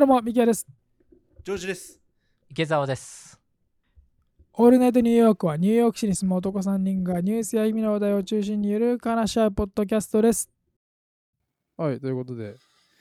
もミキヤです。 ジョージです。 池澤です。 オールナイトニューヨークはニューヨーク市に住む男3人がニュースや意味の話題を中心にゆるく話し合うポッドキャストです。はい、ということで、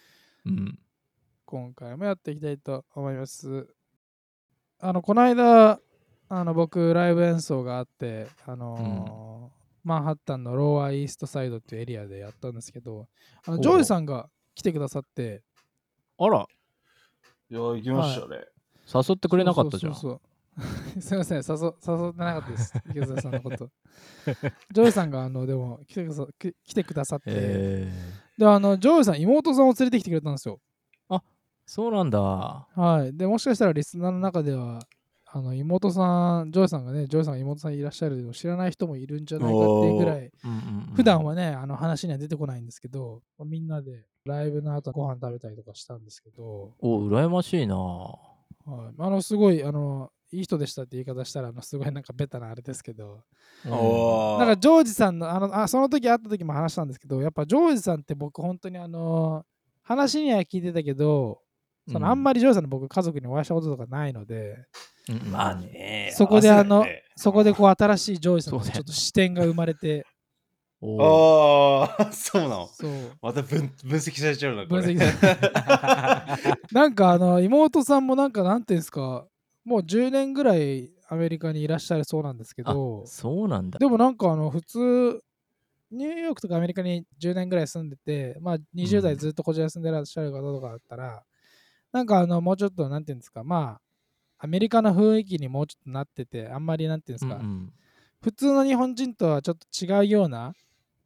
今回もやっていきたいと思います。この間、僕、ライブ演奏があって、マンハッタンのローアーイーストサイドっていうエリアでやったんですけど、ジョージさんが来てくださって、 あら、 いや、行きましたね。 誘ってくれなかったじゃん。 そうすいません、誘ってなかったです、池澤さんのこと。ジョージさんがでも来てくださって、でジョージさん、妹さんを連れてきてくれたんですよ。 あ、そうなんだ。 はい。で、もしかしたらリスナーの中では、妹さん、ジョージさんが妹さんいらっしゃるのを知らない人もいるんじゃないかっていうぐらい、普段はね、話には出てこないんですけど、みんなでライブの後ご飯食べたりとかしたんですけど、 羨ましいな。 はい、すごい、いい人でしたって言い方したら、すごいなんかベタなあれですけど、なんかジョージさんの、その時会った時も話したんですけど、やっぱジョージさんって僕本当に話には聞いてたけど、あんまりジョージさんの僕家族にお会いしたこととかないので、 まあね、 そこでそこでこう新しいジョージさんのちょっと視点が生まれて、 ああ、そうなの。 そう。 また分析されちゃうな、これ。 分析されなんか妹さんもなんていうんですか、もう10年ぐらいアメリカにいらっしゃるそうなんですけど、 そうなんだ。 でもなんか普通、ニューヨークとかアメリカに10年ぐらい住んでて、まあ20代ずっとこちらに住んでらっしゃる方とかだったら、なんかもうちょっとなんていうんですか、まあアメリカの雰囲気にもうちょっとなってて、あんまりなんていうんですか、普通の日本人とはちょっと違うような、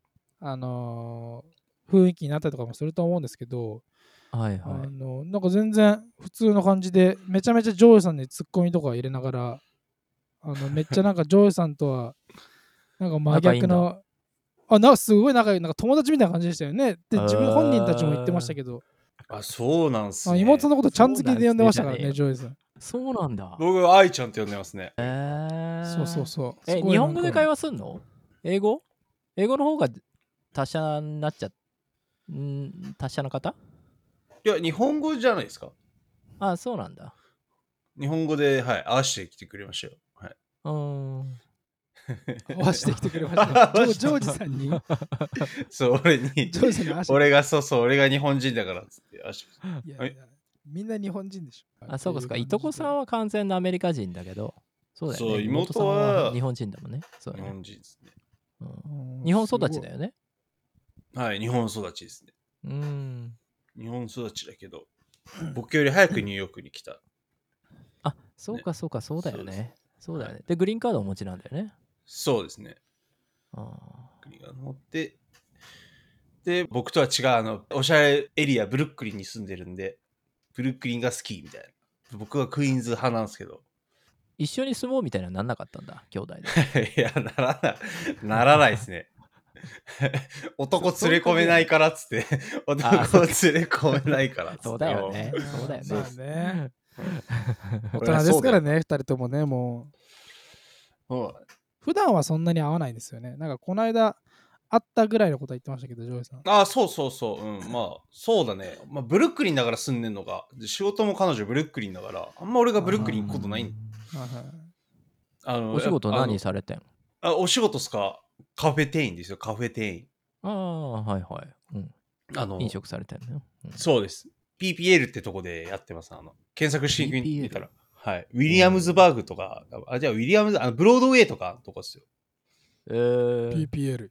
雰囲気になったりとかもすると思うんですけど、 はいはい。 なんか全然普通の感じで、めちゃめちゃジョージさんにツッコミとか入れながら、めっちゃなんかジョージさんとは、なんか真逆の、なんかすごい仲良い、なんか友達みたいな感じでしたよね。で、本人たちも言ってましたけど。 あ、そうなんすね。 妹さんのことちゃん付けで呼んでましたからね、ジョージさん。 そうなんだ。 僕、愛ちゃんって呼んでますね。 そう。 日本語で会話すんの？英語の方が達者になっちゃ達者な方？ いや、日本語じゃないですか。 あ、そうなんだ。 日本語で、はい、合わせてきてくれましたよ。はい。 合わせてきてくれました。ジョージさんにそう、俺が日本人だからっつって合わせてきて。 いや、みんな日本人でしょ。 あ、そうか。いとこさんは完全なアメリカ人だけど、そうだよね。 そう、 妹さんは日本人だもんね。 日本人ですね。 日本育ちだよね。 はい、日本育ちですね。日本育ちだけど、僕より早くニューヨークに来た。 あ、そうか、そうだよね。そうだよね。で、グリーンカードをお持ちなんだよね。 そうですね。グリーンカード持って、で、僕とは違う、おしゃれエリア、ブルックリンに住んでるんで、ブルックリンが好きみたいな。僕はクイーンズ派なんですけど。 一緒に住もうみたいなのなんなかったんだ、兄弟で。いや、ならないですね。男連れ込めないからっつって、男連れ込めないからっつって。 そうだよね。 そうだよね。大人ですからね、2人ともね、もう。普段はそんなに会わないんですよね。なんかこの間会ったぐらいのことは言ってましたけど、ジョイさん。 ああ、そう。まあ、そうだね。まあ、ブルックリンだから住んでんのが、仕事も彼女ブルックリンだから、あんま俺がブルックリン行くことない。 お仕事何されてん？ お仕事っすか？カフェ店員ですよ、カフェ店員。 ああ、はいはい。飲食されてんの？ そうです。PPL ってとこでやってます。検索してみたら。はい。ウィリアムズバーグとか、じゃあウィリアムズ、ブロードウェイとかとかですよ。 PPL。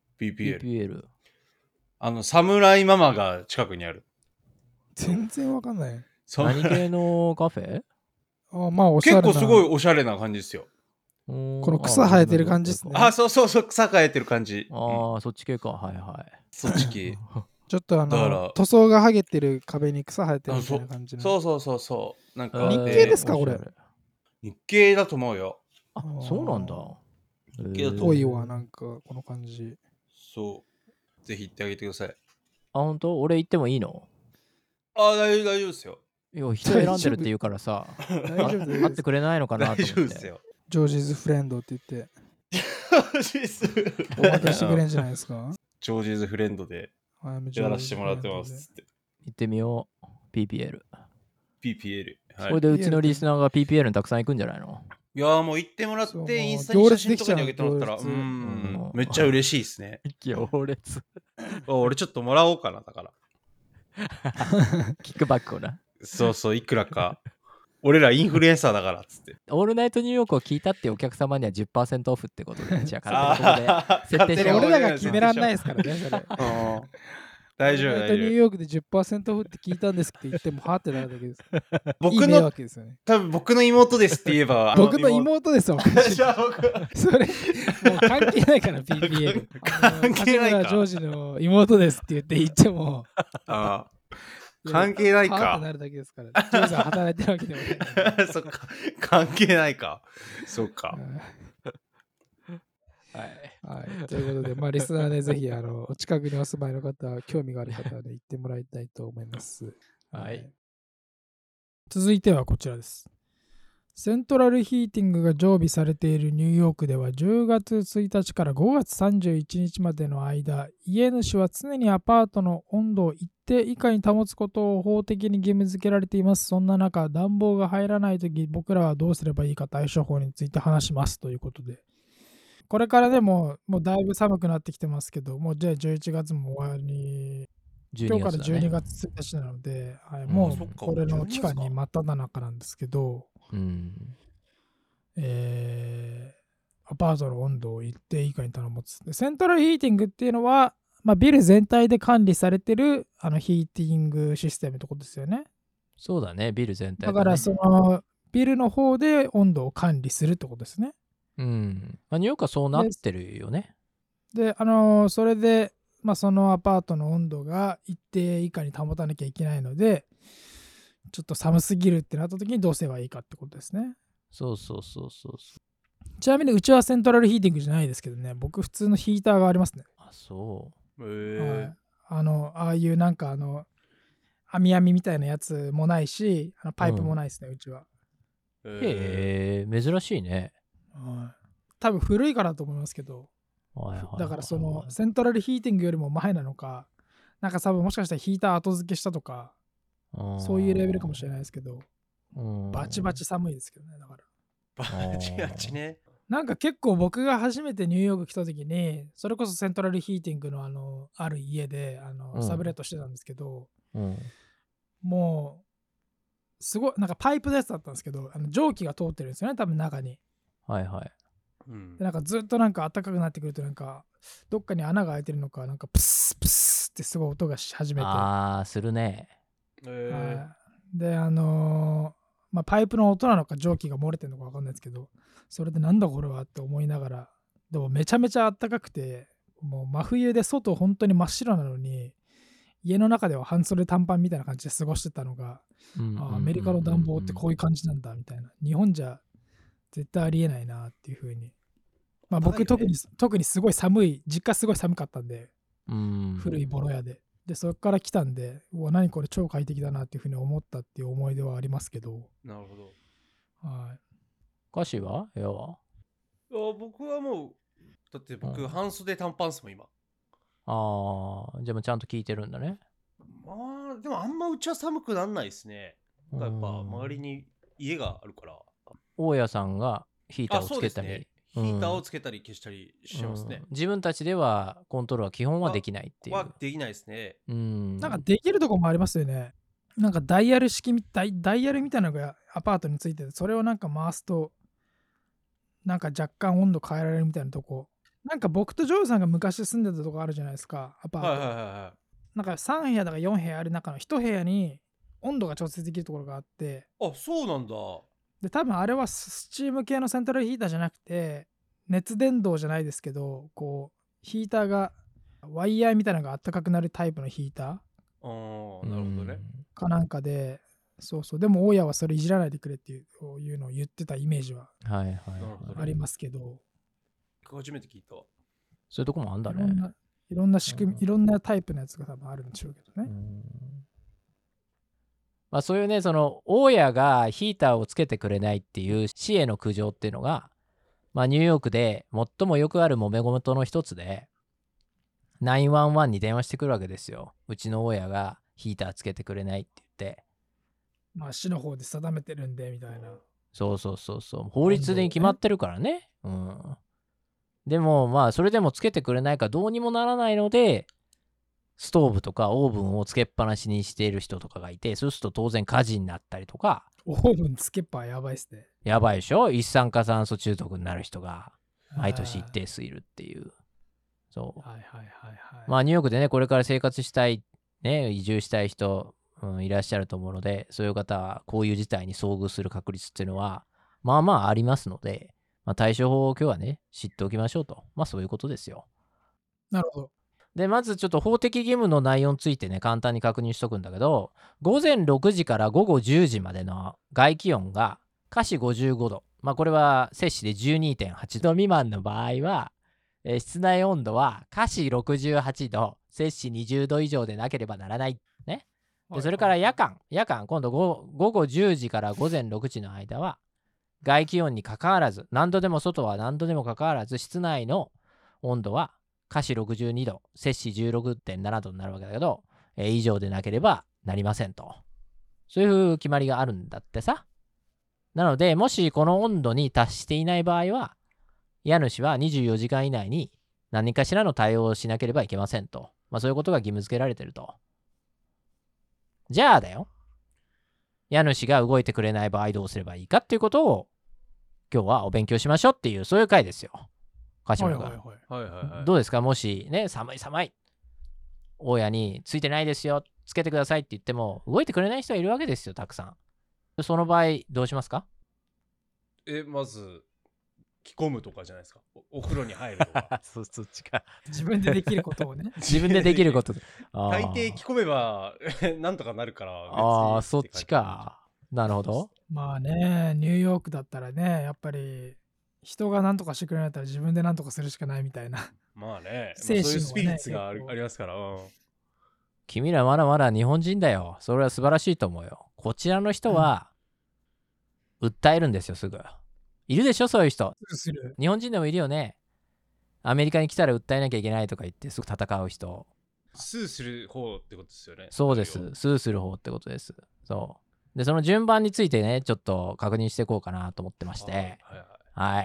サムライママが近くにある。 全然わかんない。 何系のカフェ？ まあおしゃれな。 結構すごいおしゃれな感じですよ。 この草生えてる感じですね。 あ、そう、草生えてる感じ。 ああ、そっち系か。はいはい。 そっち系。 ちょっと塗装が剥げてる壁に草生えてるみたいな感じの。 そう。なんか日系ですか、これ。 日系だと思うよ。 あ、そうなんだ。 日系だと思う。ぽいわ、なんかこの感じ。 そう。ぜひ行ってあげてください。 あ、本当？俺行ってもいいの？ 大丈夫ですよ。 いや、人選んでるって言うからさ、 大丈夫会ってくれないのかなと思って。 大丈夫ですよ。 ジョージーズフレンドって言って。 ジョージーズおまけしてくれんじゃないですか。 ジョージーズフレンドでやらせてもらってますって。 行ってみよう。PPL。 PPL。 これでうちのリスナーが PPL にたくさん行くんじゃないの？ いやーもう行ってもらっそうて、インスタに写真とかに上げてもらったら、 行列できちゃうめっちゃ嬉しいですね。 行列。 俺ちょっともらおうかな、だから。 キックバックをな。 そうそう、いくらか。俺らインフルエンサーだからっつって。 オールナイトニューヨークを聞いたってお客様には 10% オフってことで、じゃあ勝手にここで設定して俺らが決めらんないですからね、それ。 大丈夫、 ニュ大丈夫。 ーヨークで 10% オフって聞いたんですって言っても、はってなるだけです。 僕いい迷の、 惑ですよね。 多分僕の妹ですって言えば、 僕の妹ですよ。 じゃあ僕それ、もう関係ないから、PPL。 関係ないかジョージの妹ですって言っても、 関係ないはってか。 なるだけですから。ジョージさん働いてるわけでもない。 そっか。関係ないか。そっか。 はい。 ということで、まあ、リスナーね、ぜひ、お近くにお住まいの方、興味がある方はね、行ってもらいたいと思います。 はい。 続いてはこちらです。セントラルヒーティングが常備されているニューヨークでは10月1日から5月31日までの間、家主は常にアパートの温度を一定以下に保つことを法的に義務付けられています。そんな中、暖房が入らないとき、僕らはどうすればいいか対処法について話しますということで。これからでもうだいぶ寒くなってきてますけど、もうじゃあ11月も終わり、今日から12月1日なので、もうこれの期間に真っ只中なんですけど、アパートの温度を一定以下に保つ。セントラルヒーティングっていうのは、ビル全体で管理されてるヒーティングシステムってことですよね。 そうだね、ビル全体だからそのビルの方で温度を管理するってことですね。 ニューヨークはそうなってるよね。 で、それで、そのアパートの温度が一定以下に保たなきゃいけないので、ちょっと寒すぎるってなった時にどうすればいいかってことですね。 そう。 ちなみにうちはセントラルヒーティングじゃないですけどね、僕普通のヒーターがありますね。 あ、そう。 ああいうなんか網みたいなやつもないし、パイプもないですね、うちは。 へえ、珍しいね。 多分古いからだと思いますけど、だからそのセントラルヒーティングよりも前なのか、なんか多分もしかしたらヒーター後付けしたとか、そういうレベルかもしれないですけど、バチバチ寒いですけどね、だから。 バチバチね。 なんか結構僕が初めてニューヨーク来た時に、それこそセントラルヒーティングのある家でサブレットしてたんですけど、もうすごいなんかパイプのやつだったんですけど、蒸気が通ってるんですよね、多分中に。でなんかずっとなんか暖かくなってくるとなんかどっかに穴が開いてるのかなんかプスプスってすごい音がし始めて、 するね。 でパイプの音なのか蒸気が漏れてるのか分かんないですけど、それでなんだこれはって思いながら、でもめちゃめちゃ暖かくて、もう真冬で外本当に真っ白なのに家の中では半袖短パンみたいな感じで過ごしてたのが、アメリカの暖房ってこういう感じなんだみたいな、日本じゃ絶対ありえないなっていう風に、僕特にすごい寒い、実家すごい寒かったんで、古いボロ屋でそこから来たんで、何これ超快適だなっていう風に思ったっていう思い出はありますけど。 なるほど。 歌詞は部屋は？ 僕はもうだって僕半袖短パンっすもん今。 じゃあもうちゃんと聞いてるんだね。 でもあんまうちは寒くなんないですね。やっぱ周りに家があるから。 大家さんがヒーターをつけたり、 ヒーターをつけたり消したりしますね。 自分たちではコントロールは基本はできないっていう。 できないですね。 なんかできるとこもありますよね。なんかダイヤル式ダイヤルみたいなのがアパートについてて、それをなんか回すとなんか若干温度変えられるみたいなとこ。なんか僕とジョーさんが昔住んでたとこあるじゃないですか、アパート。なんか3部屋だか4部屋ある中の1部屋に温度が調節できるところがあって。 そうなんだ。 で多分あれはスチーム系のセントラルヒーターじゃなくて熱伝導じゃないですけど、こうヒーターがワイヤーみたいなのが暖かくなるタイプのヒーター。 なるほどね。 かなんかで、でも大家はそれいじらないでくれっていうのを言ってたイメージはありますけど。 初めて聞いた。 そういうとこもあんだね。 いろんな仕組み、いろんなタイプのやつが多分あるんでしょうけどね。 そういうね、その大家がヒーターをつけてくれないっていう市への苦情っていうのが、ニューヨークで最もよくある揉め事の一つで、911に電話してくるわけですよ。うちの大家がヒーターつけてくれないって言って。 まあ市の方で定めてるんでみたいな。 そうそうそうそう。法律で決まってるからね。うん。でもまあそれでもつけてくれないからどうにもならないので、ストーブとかオーブンをつけっぱなしにしている人とかがいて、そうすると当然火事になったりとか、 オーブンつけっぱやばいっすね。 やばいでしょ、一酸化炭素中毒になる人が毎年一定数いるっていう。そう。 はいはいはいはい。 まあニューヨークでね、これから生活したい、ね、移住したい人、いらっしゃると思うので、そういう方はこういう事態に遭遇する確率っていうのは、まあまあありますので、まあ、対処法を今日はね、知っておきましょうと。まあそういうことですよ。 なるほど。 で、まずちょっと法的義務の内容についてね、簡単に確認しとくんだけど、午前6時から午後10時までの外気温が華氏55度。まあこれは摂氏で 12.8 度未満の場合は、室内温度は華氏68度、摂氏20度以上でなければならない。ね。で、それから夜間、今度午後10時から午前6時の間は、外気温にかかわらず、何度でも外は何度でもかかわらず、室内の温度は華氏62度、摂氏 16.7 度になるわけだけど、以上でなければなりませんと。そういう決まりがあるんだってさ。なので、もしこの温度に達していない場合は、家主は24時間以内に何かしらの対応をしなければいけませんと。まあそういうことが義務付けられてると。じゃあだよ。家主が動いてくれない場合どうすればいいかっていうことを今日はお勉強しましょうっていう、そういう回ですよ。鹿島君。どうですか、もしね、寒い大家についてないですよ、つけてくださいって言っても動いてくれない人はいるわけですよ、たくさん。その場合どうしますか？ まず着込むとかじゃないですか。お風呂に入るとか。 そっちか。 自分でできることをね。 自分でできること。 大抵着込めばなんとかなるから別に。 ああ、そっちか。なるほど。 まあね、ニューヨークだったらね、やっぱり人が何とかしてくれないったら自分で何とかするしかないみたいな。 まあね、 精神はねそういうスピリッツがあ結構りますから。 君らまだまだ日本人だよ。それは素晴らしいと思うよ。こちらの人は、訴えるんですよ、すぐ。いるでしょ、そういう人。 する。 日本人でもいるよね。アメリカに来たら訴えなきゃいけないとか言ってすぐ戦う人。 スーする方ってことですよね。 そうです。スーする方ってことです。そう。で、その順番についてね、ちょっと確認していこうかなと思ってまして。はい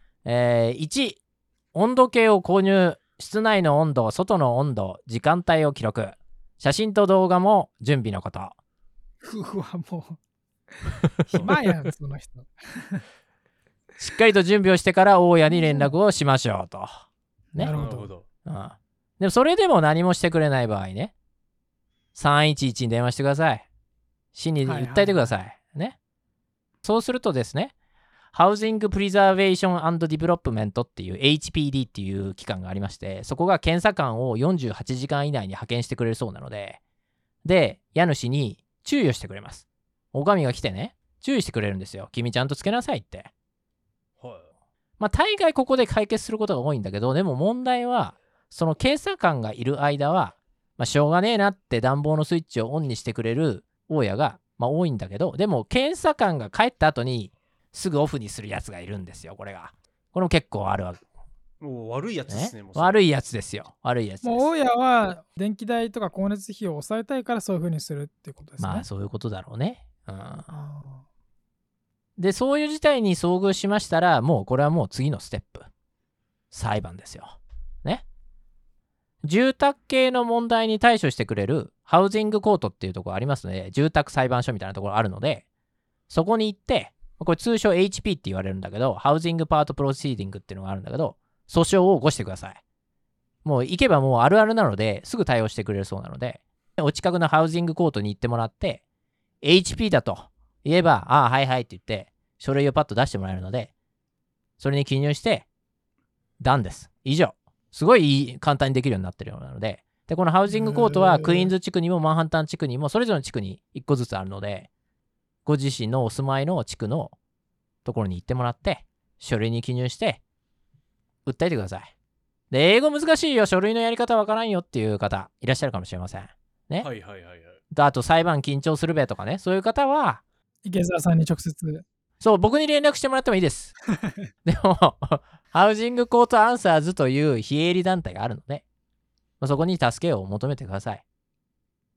。1、温度計を購入。室内の温度、外の温度、時間帯を記録。写真と動画も準備のこと。 うわ、もう。暇やん、その人。 しっかりと準備をしてから大家に連絡をしましょうと。ね。 なるほど。 でもそれでも何もしてくれない場合ね、311に電話してください。市に訴えてください。ね。そうするとですね、Housing Preservation and Development っていう HPD っていう機関がありまして、そこが検査官を48時間以内に派遣してくれるそうなので、で、家主に注意をしてくれます。お上が来てね、注意してくれるんですよ。君ちゃんとつけなさいって。まあ大概ここで解決することが多いんだけど、でも問題は、その検査官がいる間は、まあしょうがねえなって暖房のスイッチをオンにしてくれる大家が、まあ多いんだけど、でも検査官が帰った後にすぐオフにするやつがいるんですよ、これが。これも結構あるわけ。 もう悪いやつですね。 悪いやつですよ。悪いやつです。 もう大家は電気代とか光熱費を抑えたいからそういう風にするっていうことですね。 まあそういうことだろうね。で、そういう事態に遭遇しましたら、もうこれはもう次のステップ。裁判ですよ。ね。住宅系の問題に対処してくれるハウジングコートっていうところありますので、住宅裁判所みたいなところあるので、そこに行って、これ通称 HP って言われるんだけど、ハウジングパートプロシーディングっていうのがあるんだけど、訴訟を起こしてください。もう行けばもうあるあるなので、すぐ対応してくれるそうなので、お近くのハウジングコートに行ってもらって、HP だと言えば、ああ、はいはいって言って、書類をパッと出してもらえるので、それに記入して、ダンです。以上。すごい簡単にできるようになってるようなので、で、このハウジングコートはクイーンズ地区にもマンハッタン地区にもそれぞれの地区に1個ずつあるので、ご自身のお住まいの地区のところに行ってもらって、書類に記入して、訴えてください。で、英語難しいよ、書類のやり方わからんよっていう方いらっしゃるかもしれません。ね。あと裁判緊張するべとかね、そういう方は、 池澤さんに直接。 そう、僕に連絡してもらってもいいです。でも、ハウジングコートアンサーズという非営利団体があるので、そこに助けを求めてください。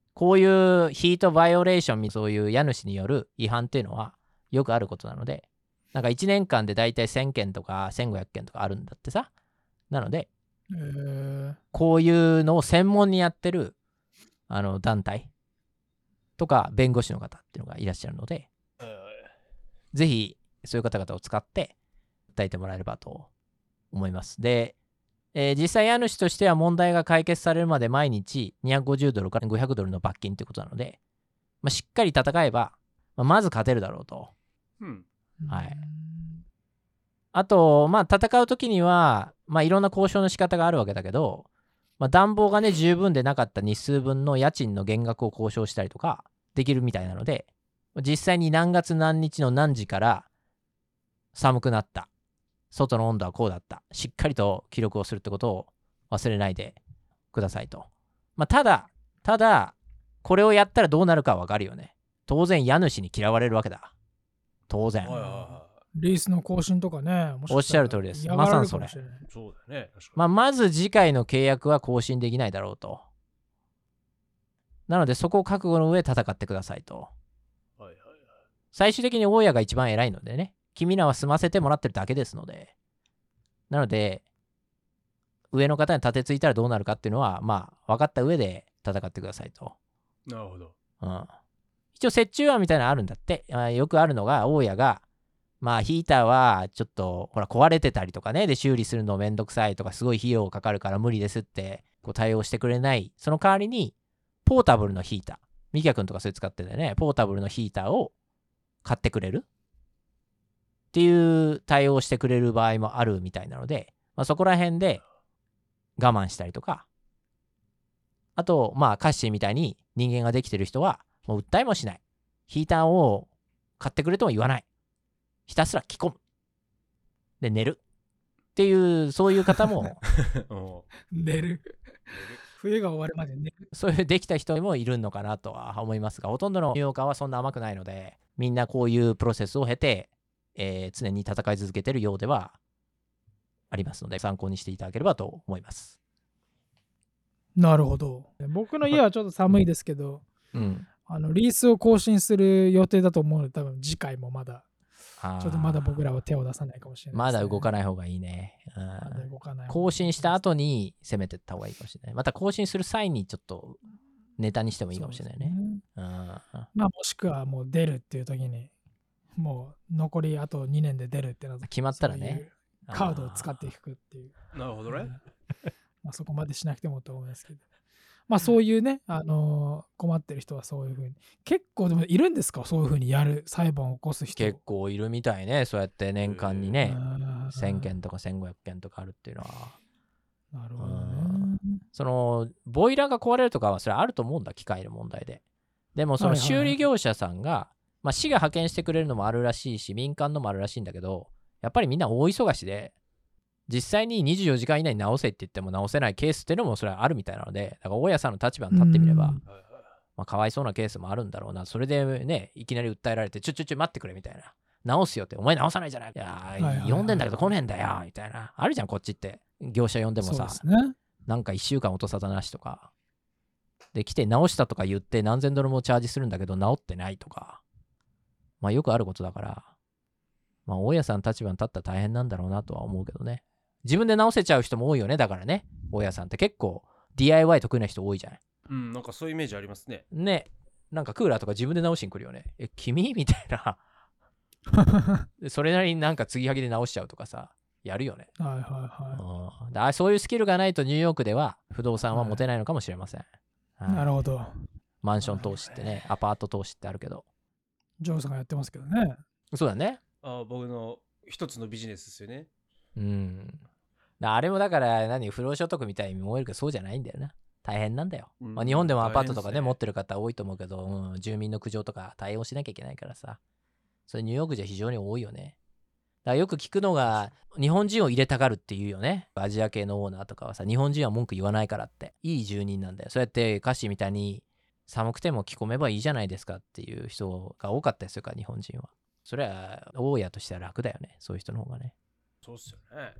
こういうヒートバイオレーション、そういう家主による違反っていうのはよくあることなので、なんか1年間でだいたい1000件とか1500件とかあるんだってさ。なので、こういうのを専門にやってる団体とか弁護士の方っていうのがいらっしゃるので、ぜひそういう方々を使って訴えてもらえればと思います。で、実際家主としては問題が解決されるまで毎日$250から$500の罰金ということなので、しっかり戦えば、まず勝てるだろうと。はい。あと、戦うときには、いろんな交渉の仕方があるわけだけど、暖房がね、十分でなかった日数分の家賃の減額を交渉したりとかできるみたいなので、実際に何月何日の何時から寒くなった。外の温度はこうだった。しっかりと記録をするってことを忘れないでくださいと。ただ、これをやったらどうなるかはわかるよね。当然、家主に嫌われるわけだ。当然。 リースの更新とかね。 おっしゃる通りです。まさにそれ。 そうだね。 まず次回の契約は更新できないだろうと。なので、そこを覚悟の上戦ってくださいと。最終的に大家が一番偉いのでね。君らは済ませてもらってるだけですので。なので、上の方に立てついたらどうなるかっていうのは、分かった上で戦ってくださいと。 なるほど。 一応、折衷案みたいなのあるんだって。よくあるのが、大家が、ヒーターはちょっと、ほら、壊れてたりとかね、で、修理するのめんどくさいとか、すごい費用かかるから無理ですって、対応してくれない。その代わりに、ポータブルのヒーター。ミキヤ君とかそれ使っててね、ポータブルのヒーターを買ってくれるっていう対応してくれる場合もあるみたいなので、そこら辺で我慢したりとか、あと、カッシーみたいに人間ができてる人は、もう訴えもしない。ヒーターを買ってくれとも言わない。ひたすら着込む。で、寝る。っていう、そういう方も、 寝る。冬が終わるまで寝る。 そういうできた人もいるのかなとは思いますが、ほとんどのニューヨーカーはそんな甘くないので、みんなこういうプロセスを経て、常に戦い続けているようではありますので、参考にしていただければと思います。 なるほど。僕の家はちょっと寒いですけど、リースを更新する予定だと思うので、多分次回もまだ、ちょっとまだ僕らは手を出さないかもしれないですね。 まだ動かない方がいいね。 まだ動かない。 更新した後に攻めていった方がいいかもしれない。また更新する際にちょっとネタにしてもいいかもしれないね。 もしくはもう出るっていう時に、もう残りあと2年で出るってなったら決まったらね。 カードを使っていくっていう。 なるほどね。 そこまでしなくてもと思いますけど。そういうね、困ってる人はそういうふうに。結構でもいるんですか、そういうふうにやる、裁判を起こす人。 結構いるみたいね。そうやって年間にね、1000件とか1500件とかあるっていうのは。 なるほどね。 その、ボイラーが壊れるとかはそれあると思うんだ、機械の問題で。でもその修理業者さんが、市が派遣してくれるのもあるらしいし、民間のもあるらしいんだけど、やっぱりみんな大忙しで、実際に24時間以内に直せって言っても直せないケースっていうのもそれはあるみたいなので、だから大家さんの立場に立ってみれば、かわいそうなケースもあるんだろうな。それでね、いきなり訴えられて、ちょ待ってくれみたいな。直すよって、お前直さないじゃない。いや呼んでんだけど来ねえんだよみたいな。あるじゃん、こっちって。業者呼んでもさ、なんか1週間落とさなしとか。で、来て直したとか言って何千ドルもチャージするんだけど直ってないとか。よくあることだから、大家さん立場に立ったら大変なんだろうなとは思うけどね。自分で直せちゃう人も多いよね。だからね、大家さんって結構 DIY 得意な人多いじゃない。 なんかそういうイメージありますね。 ね、なんかクーラーとか自分で直しに来るよね。君みたいな。それなりになんか継ぎはぎで直しちゃうとかさ、やるよね。だそういうスキルがないとニューヨークでは不動産は持てないのかもしれません。 なるほど。 マンション投資ってね、アパート投資ってあるけど。 ジョーさんがやってますけどね。 そうだね。 僕の一つのビジネスですよね。 あれもだから不労所得みたいに思えるけどそうじゃないんだよな。大変なんだよ。日本でもアパートとかね持ってる方多いと思うけど、住民の苦情とか対応しなきゃいけないからさ。それニューヨークじゃ非常に多いよね。だからよく聞くのが日本人を入れたがるっていうよね。アジア系のオーナーとかはさ、日本人は文句言わないからって。いい住人なんだよ。そうやって歌詞みたいに寒くても着込めばいいじゃないですかっていう人が多かったですよから、日本人は。それは大家としては楽だよね。そういう人の方がね。 そうっすよね。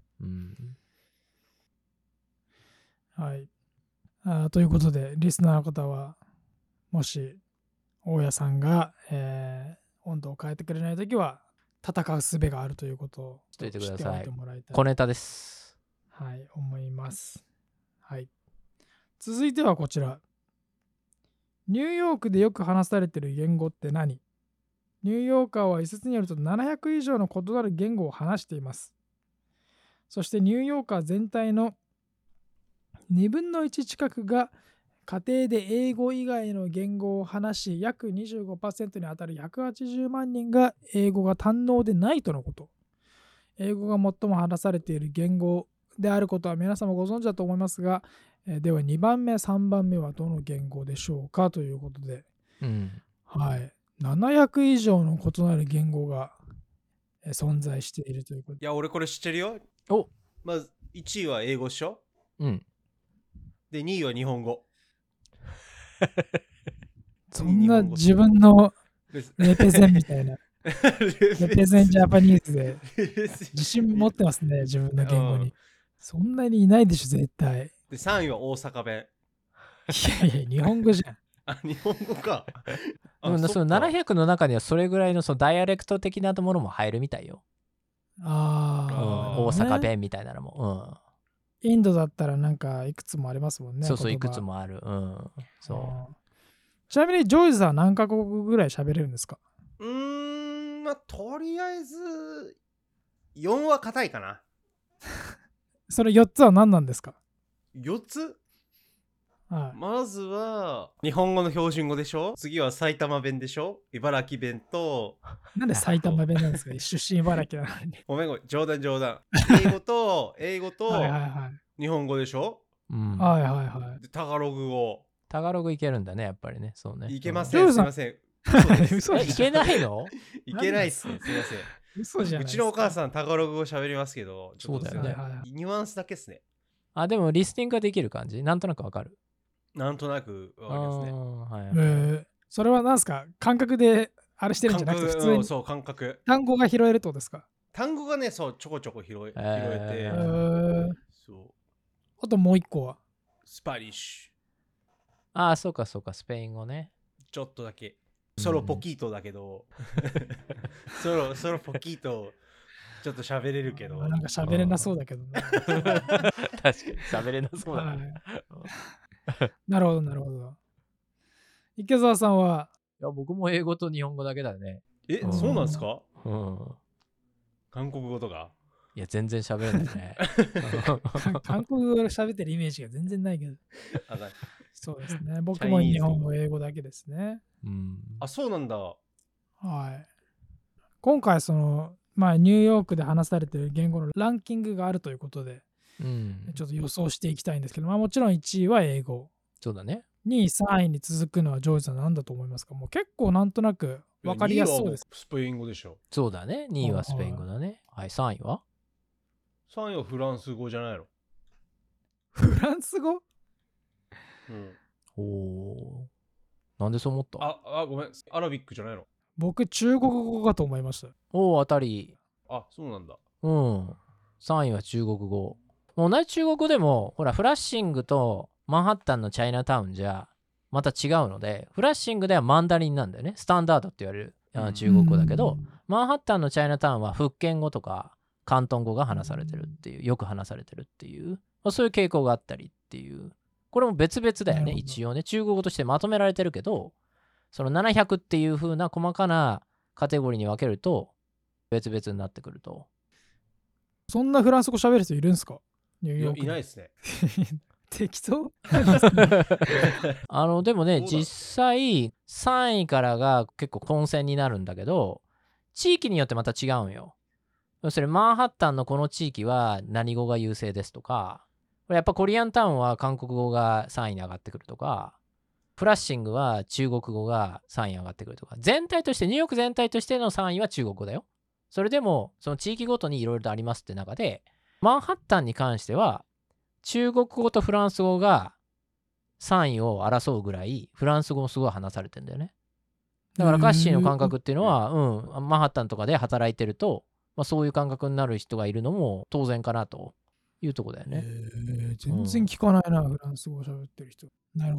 はい。ということで、リスナーの方は、 もし大家さんが、温度を変えてくれないときは戦う術があるということを知っておいてくだ知ってさい。 おいてもらいたい。 小ネタです。 はい、思います。はい。続いてはこちら。ニューヨークでよく話されている言語って何？ニューヨーカーは一説によると700以上の異なる言語を話しています。そしてニューヨーカー全体の2分の1近くが家庭で英語以外の言語を話し、約 25% にあたる180万人が英語が堪能でないとのこと。英語が最も話されている言語であることは皆様ご存知だと思いますが、では2番目、3番目はどの言語でしょうかということで、はい、700以上の異なる言語が存在しているということで。 いや、俺これ知ってるよ。 お、 まず1位は英語っしょ。で、2位は日本語。 そんな自分のレペゼンみたいな。レペゼンジャパニーズで自信持ってますね、自分の言語に。そんなにいないでしょ、絶対。 で、3位は大阪弁。 いやいや、日本語じゃん。 あ、日本語か。 でもその700の中にはそれぐらいのそのダイアレクト的なものも入るみたいよ。大阪弁みたいなのも。 インドだったらなんかいくつもありますもんね。 そうそう、いくつもある。 ちなみにジョージさんは何カ国ぐらい喋れるんですか？ まあ、とりあえず4は硬いかな。 それ4つは何なんですか？ 4 つ、 はい、 まずは日本語の標準語でしょ。次は埼玉弁でしょ。茨城弁と。 なんで埼玉弁なんですか？出身茨城なのに。 ごめん冗談。英語と日本語でしょ。 はいはいはい。 でタガログ語。 タガログいけるんだね、やっぱりね。そうね。 いけません。すいません。 いけないの？ いけないっすね。すいません。 嘘じゃないですか。 うちのお母さんタガログ語喋りますけど、 そうだよね。 ニュアンスだけっすね。 あ、でもリスティングができる感じ？なんとなくわかる？ なんとなくわかりますね。それは何ですか？感覚であれしてるんじゃなくて普通にそう、感覚。 単語が拾えるってことですか？ 単語がね、そう、ちょこちょこ拾えて。そう。 あともう一個はスパニッシュ。 ああ、そうかそうか、スペイン語ね。 ちょっとだけ。ソロポキートだけど、ソロポキートちょっと喋れるけど。 なんか喋れなそうだけどね。 確かに喋れなそうだね。 なるほどなるほど。池澤さんは？ いや、僕も英語と日本語だけだね。 そうなんですか？韓国語とか？ いや、全然喋れないね。 韓国語で喋ってるイメージが全然ないけど。そうですね。僕も日本語、英語だけですね。 あ、そうなんだ。 はい。今回ニューヨークで話されている言語のランキングがあるということで、ちょっと予想していきたいんですけど、もちろん1位は英語。 そうだね。 2位、3位に続くのはジョージさん何だと思いますか？もう結構なんとなく分かりやすそうです。 スペイン語でしょ。 そうだね。2位はスペイン語だね。はい、3位は？ 3位はフランス語じゃないの？ フランス語？ なんでそう思った？ ごめん。アラビックじゃないの？ 僕、中国語かと思いました。 当たり。 そうなんだ。 3位は中国語。同じ中国語でも、ほら、フラッシングとマンハッタンのチャイナタウンじゃまた違うので、フラッシングではマンダリンなんだよね。スタンダードって言われる中国語だけど、マンハッタンのチャイナタウンは福建語とか広東語が話されてるっていう、よく話されてるっていう、そういう傾向があったりっていう、これも別々だよね、一応ね。中国語としてまとめられてるけど、その700っていう風な細かなカテゴリーに分けると別々になってくると。 そんなフランス語喋る人いるんすか？ニューヨーク。 いないですね。 適当でもね、実際3位からが結構混戦になるんだけど、地域によってまた違うんよ。要するにマンハッタンのこの地域は何語が優勢ですとか、やっぱコリアンタウンは韓国語が3位に上がってくるとか、フラッシングは中国語が3位に上がってくるとか、全体としてニューヨーク全体としての3位は中国語だよ。それでもその地域ごとにいろいろとありますって中で、マンハッタンに関しては中国語とフランス語が3位を争うぐらい、フランス語もすごい話されてんだよね。だからカッシーの感覚っていうのは、マンハッタンとかで働いてると、そういう感覚になる人がいるのも当然かなというとこだよね。 全然聞かないな、フランス語喋ってる人。なるほど。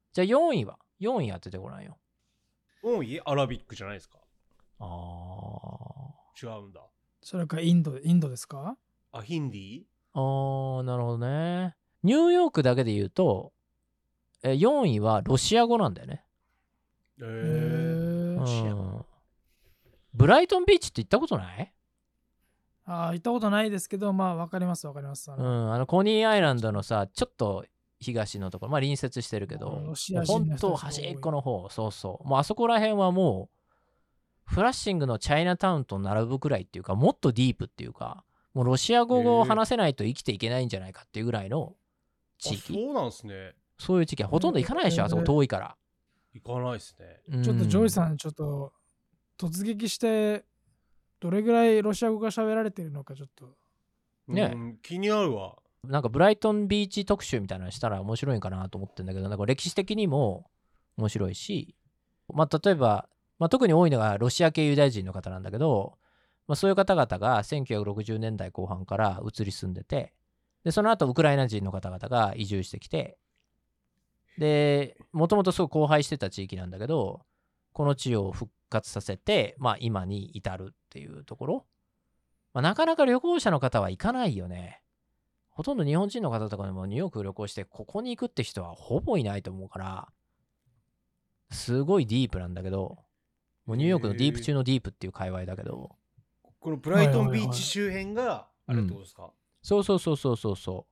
じゃあ4位は4位当ててごらんよ。 4位アラビックじゃないですか。 あ違うんだ。 それかインドですか？ あ、ヒンディー。 ー、なるほどね。ニューヨークだけで言うと4位はロシア語なんだよね。 へーロシアブライトンビーチって行ったことない？ 行ったことないですけど、まあわかります。 コニーアイランドのさ、ちょっと東のところ、まあ隣接してるけど、 ロシア人本当の人たちが多い端っこの方、そうそう。もうあそこら辺はもう、フラッシングのチャイナタウンと並ぶくらいっていうか、もっとディープっていうか、もうロシア語を話せないと生きていけないんじゃないかっていうぐらいの地域。 そうなんすね。 そういう地域はほとんど行かないでしょ、あそこ遠いから。 行かないですね。 ちょっとジョイん。 さん、ちょっと突撃して、どれぐらいロシア語が喋られてるのかちょっと。 ね気になるわ。 なんかブライトンビーチ特集みたいなのしたら面白いかなと思ってるんだけど、なんか歴史的にも面白いし、まあ例えば、まあ、特に多いのがロシア系ユダヤ人の方なんだけど、まあ、そういう方々が1960年代後半から移り住んでて、でその後ウクライナ人の方々が移住してきて、でもともとすごく荒廃してた地域なんだけど、この地を復活させて、まあ、今に至るっていうところ、まあ、なかなか旅行者の方は行かないよね。ほとんど日本人の方とかでもニューヨーク旅行してここに行くって人はほぼいないと思うから、すごいディープなんだけど、もうニューヨークのディープ中のディープっていう界隈だけど、 このブライトンビーチ周辺があれってことですか？ そうそうそうそうそうそう。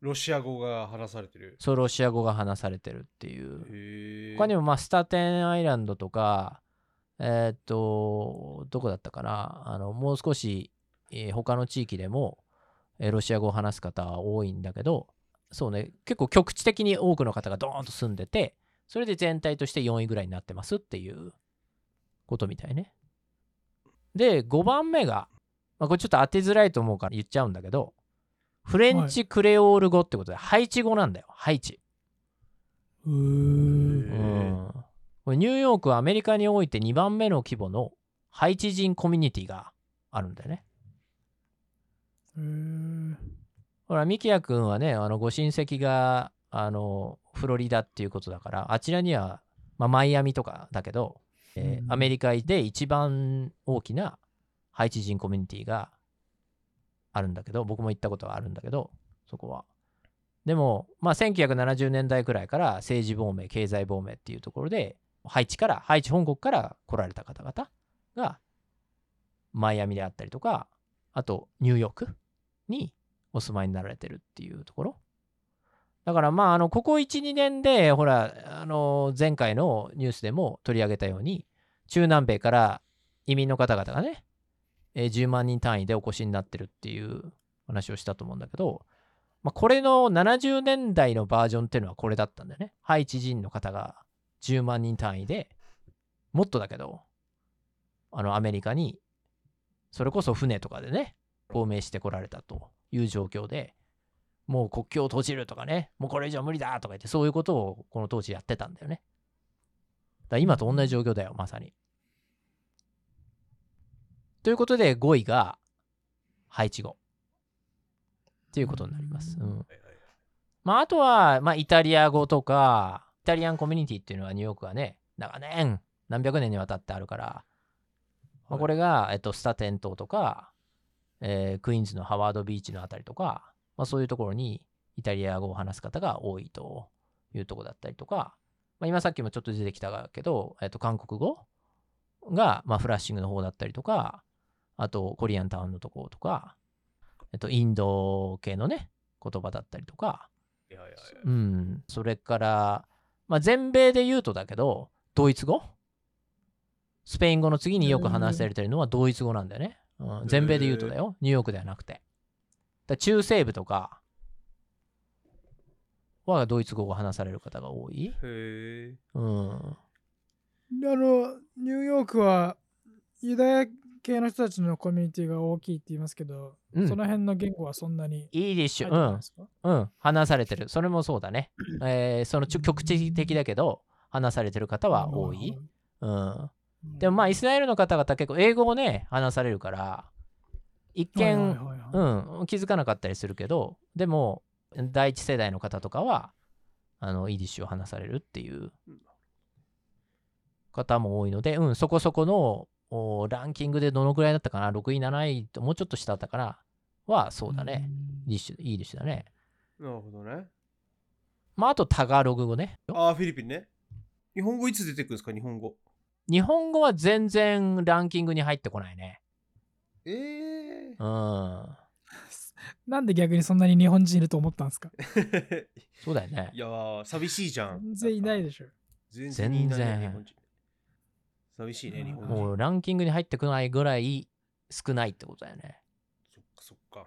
ロシア語が話されてる。 そう、ロシア語が話されてるっていう。他にもまあスタテンアイランドとか、どこだったかな、もう少し、他の地域でも、ロシア語を話す方は多いんだけど、そうね、結構局地的に多くの方がドーンと住んでて、それで全体として4位ぐらいになってますっていうことみたいね。で、5番目が、まあ、これちょっと当てづらいと思うから言っちゃうんだけど、フレンチクレオール語ってことで、ハイチ語なんだよ、ハイチ。これニューヨークはアメリカにおいて2番目の規模のハイチ人コミュニティがあるんだよね。ほら、ミキヤ君はね、ご親戚が、フロリダっていうことだから、あちらには、まあ、マイアミとかだけど、アメリカで一番大きなハイチ人コミュニティがあるんだけど、僕も行ったことがあるんだけど、そこは。でも、まあ、1970年代くらいから政治亡命、経済亡命っていうところで、ハイチ本国から来られた方々が、マイアミであったりとか、あとニューヨークにお住まいになられてるっていうところ。だからまあ、ここ1、2年で、ほら、前回のニュースでも取り上げたように、中南米から移民の方々がね、10万人単位でお越しになってるっていう話をしたと思うんだけど、まあ、これの70年代のバージョンっていうのはこれだったんだよね。ハイチ人の方が10万人単位で、もっとだけど、アメリカに、それこそ船とかでね、亡命してこられたという状況で、もう国境を閉じるとかね、もうこれ以上無理だとか言って、そういうことをこの当時やってたんだよね。だから今と同じ状況だよ、まさに。ということで、5位がハイチ語っていうことになります。まあ、あとは、まあ、イタリア語とか、イタリアンコミュニティっていうのはニューヨークはね、長年、何百年にわたってあるから、まあ、これが、スタテン島とか、クイーンズのハワードビーチのあたりとか、まあ、そういうところにイタリア語を話す方が多いというところだったりとか、まあ、今さっきもちょっと出てきたけど、韓国語が、まあ、フラッシングの方だったりとか、あとコリアンタウンのところとか、インド系のね、言葉だったりとか、それから、まあ、全米で言うとだけど、ドイツ語、スペイン語の次によく話されてるのはドイツ語なんだよね。全米で言うとだよ、ニューヨークではなくて。だ中西部とかはドイツ語が話される方が多い。 ニューヨークはユダヤ系の人たちのコミュニティが大きいって言いますけど、その辺の言語はそんなにいいでしょ。話されてる。それもそうだね。その局地的だけど話されてる方は多い。でもまあイスラエルの方々結構英語をね話されるから一見気づかなかったりするけど、でも第一世代の方とかはイディッシュを話されるっていう方も多いので、そこそこのランキングでどのくらいだったかな、6位、7位ともうちょっと下だったかなは、そうだね。いいディッシュだね。 なるほどね。 まあ、あとタガログ語ね。 フィリピンね。日本語いつ出てくるんですか、日本語。 日本語は全然ランキングに入ってこないね。 なんで逆にそんなに日本人いると思ったんですか？ そうだよね。 いやー、寂しいじゃん。 全然いないでしょ。 全然いないね、日本人。寂しいね、日本人。 もうランキングに入ってこないぐらい少ないってことだよね。 そっか。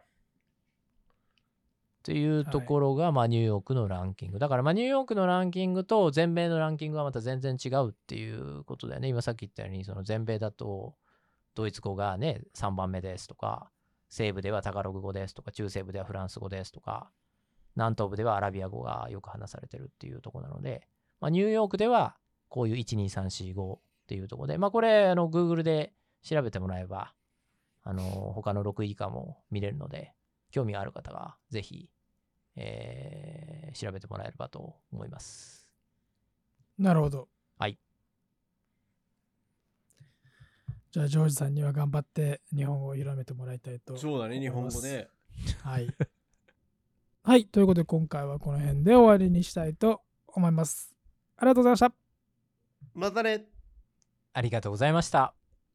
っていうところが、ニューヨークのランキング。だから、ニューヨークのランキングと全米のランキングはまた全然違うっていうことだよね。今さっき言ったように、その全米だとドイツ語がね、3番目ですとか、西部ではタガログ語ですとか、中西部ではフランス語ですとか、南東部ではアラビア語がよく話されてるっていうところなので、ニューヨークではこういう1、2、3、4、5っていうところで、これ、Google で調べてもらえば、他の6位以下も見れるので、興味がある方がぜひ、調べてもらえればと思います。 なるほど。 はい。 じゃあジョージさんには頑張って日本語を広めてもらいたいと思います。 そうだね、日本語ね。 はい。はい。ということで今回はこの辺で終わりにしたいと思います。ありがとうございました。 またね。 ありがとうございました。